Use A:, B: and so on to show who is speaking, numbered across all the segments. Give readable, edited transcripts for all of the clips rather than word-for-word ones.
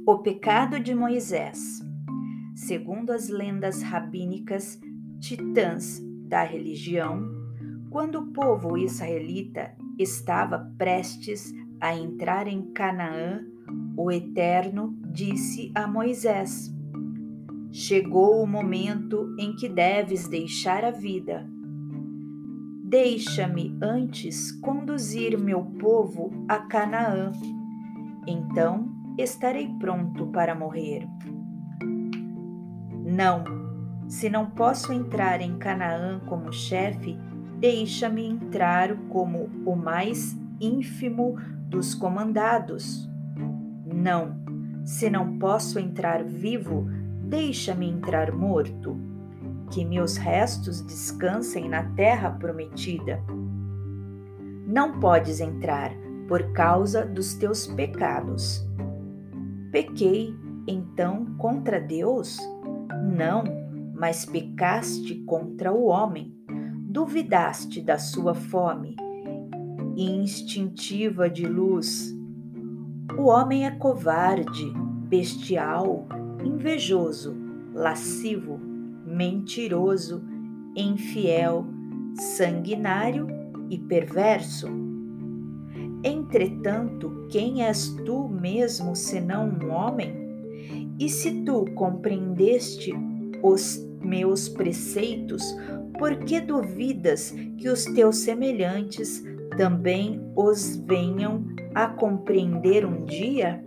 A: O pecado de Moisés. Segundo as lendas rabínicas, titãs da religião, quando o povo israelita estava prestes a entrar em Canaã, o Eterno disse a Moisés: Chegou o momento em que deves deixar a vida. Deixa-me antes conduzir meu povo a Canaã. Então estarei pronto para morrer. Não, se não posso entrar em Canaã como chefe, deixa-me entrar como o mais ínfimo dos comandados. Não, se não posso entrar vivo, deixa-me entrar morto. Que meus restos descansem na terra prometida. Não podes entrar por causa dos teus pecados. Pequei, então, contra Deus? Não, mas pecaste contra o homem. Duvidaste da sua fome instintiva de luz. O homem é covarde, bestial, invejoso, lascivo, mentiroso, infiel, sanguinário e perverso. Entretanto, quem és tu mesmo senão um homem? E se tu compreendeste os meus preceitos, por que duvidas que os teus semelhantes também os venham a compreender um dia?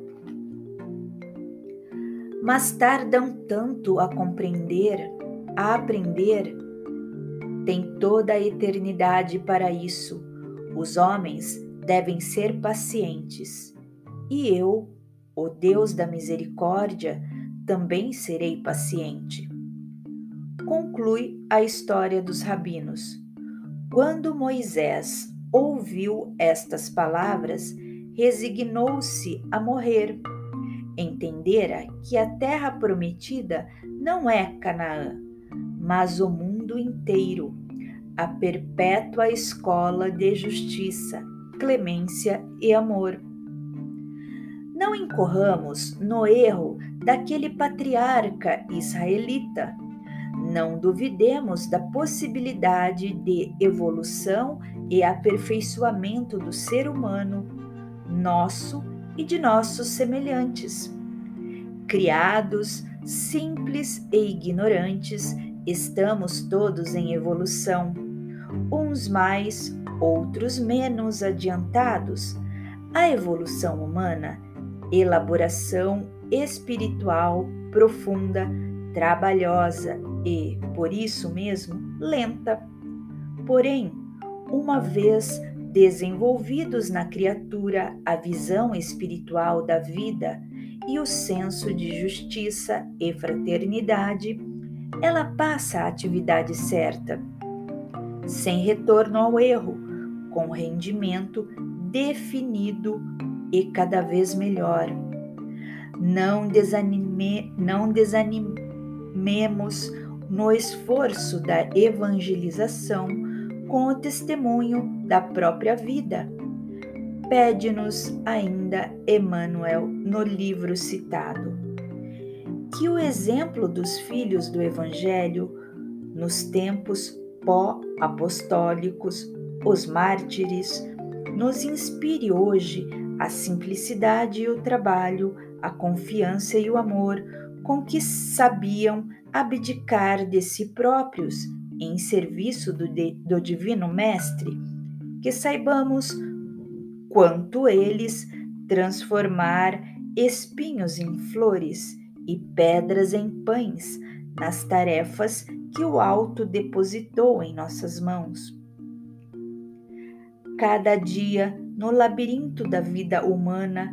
A: Mas tardam tanto a compreender, a aprender. Tem toda a eternidade para isso. Os homens devem ser pacientes. E eu, o Deus da misericórdia, também serei paciente. Conclui a história dos rabinos. Quando Moisés ouviu estas palavras, resignou-se a morrer. Entendera que a terra prometida não é Canaã, mas o mundo inteiro, a perpétua escola de justiça, clemência e amor. Não incorramos no erro daquele patriarca israelita. Não duvidemos da possibilidade de evolução e aperfeiçoamento do ser humano, nosso e de nossos semelhantes. Criados, simples e ignorantes, estamos todos em evolução, uns mais, outros menos adiantados. A evolução humana, elaboração espiritual profunda, trabalhosa e, por isso mesmo, lenta. Porém, uma vez desenvolvidos na criatura a visão espiritual da vida e o senso de justiça e fraternidade, ela passa à atividade certa, sem retorno ao erro, com rendimento definido e cada vez melhor. Não desanimemos no esforço da evangelização com o testemunho da própria vida. Pede-nos ainda Emmanuel no livro citado. Que o exemplo dos filhos do Evangelho, nos tempos pó-apostólicos, os mártires, nos inspire hoje a simplicidade e o trabalho, a confiança e o amor com que sabiam abdicar de si próprios em serviço do Divino Mestre, que saibamos quanto eles transformar espinhos em flores e pedras em pães nas tarefas que o Alto depositou em nossas mãos. Cada dia, no labirinto da vida humana,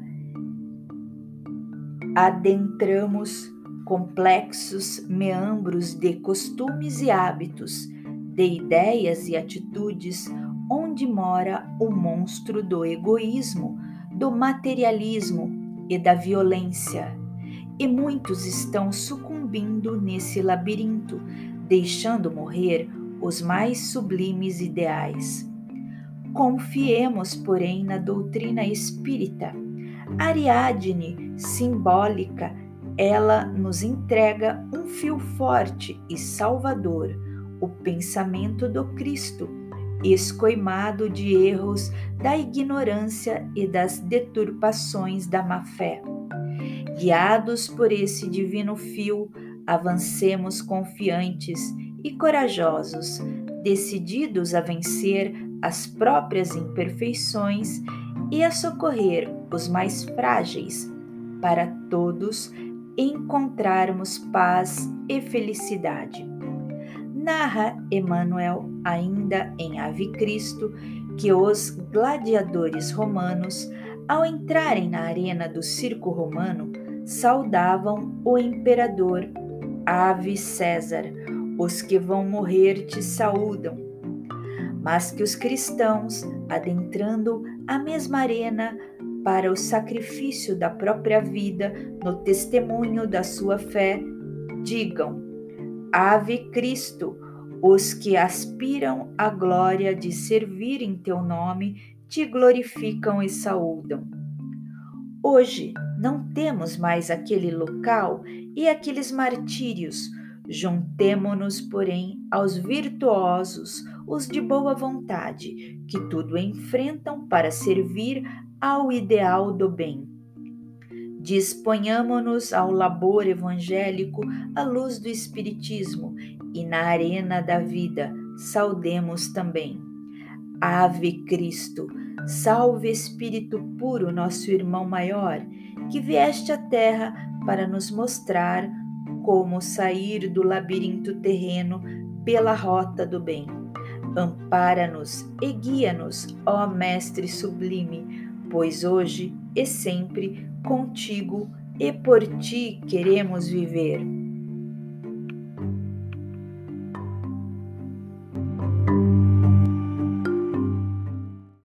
A: adentramos complexos meandros de costumes e hábitos, de ideias e atitudes, onde mora o monstro do egoísmo, do materialismo e da violência. E muitos estão sucumbindo nesse labirinto, deixando morrer os mais sublimes ideais. Confiemos, porém, na doutrina espírita, Ariadne, simbólica, ela nos entrega um fio forte e salvador, o pensamento do Cristo, escoimado de erros da ignorância e das deturpações da má-fé. Guiados por esse divino fio, avancemos confiantes e corajosos, decididos a vencer as próprias imperfeições e a socorrer os mais frágeis, para todos encontrarmos paz e felicidade. Narra Emmanuel, ainda em Ave Cristo, que os gladiadores romanos, ao entrarem na arena do circo romano, saudavam o imperador: Ave César, os que vão morrer te saúdam. Mas que os cristãos, adentrando a mesma arena para o sacrifício da própria vida no testemunho da sua fé, digam: Ave Cristo, os que aspiram à glória de servir em teu nome te glorificam e saúdam. Hoje não temos mais aquele local e aqueles martírios. Juntemo-nos, porém, aos virtuosos, os de boa vontade, que tudo enfrentam para servir ao ideal do bem. Disponhamo-nos ao labor evangélico à luz do Espiritismo e na arena da vida saudemos também. Ave Cristo, salve Espírito puro, nosso irmão maior, que vieste à terra para nos mostrar como sair do labirinto terreno pela rota do bem. Ampara-nos e guia-nos, ó Mestre sublime, pois hoje e sempre contigo e por ti queremos viver.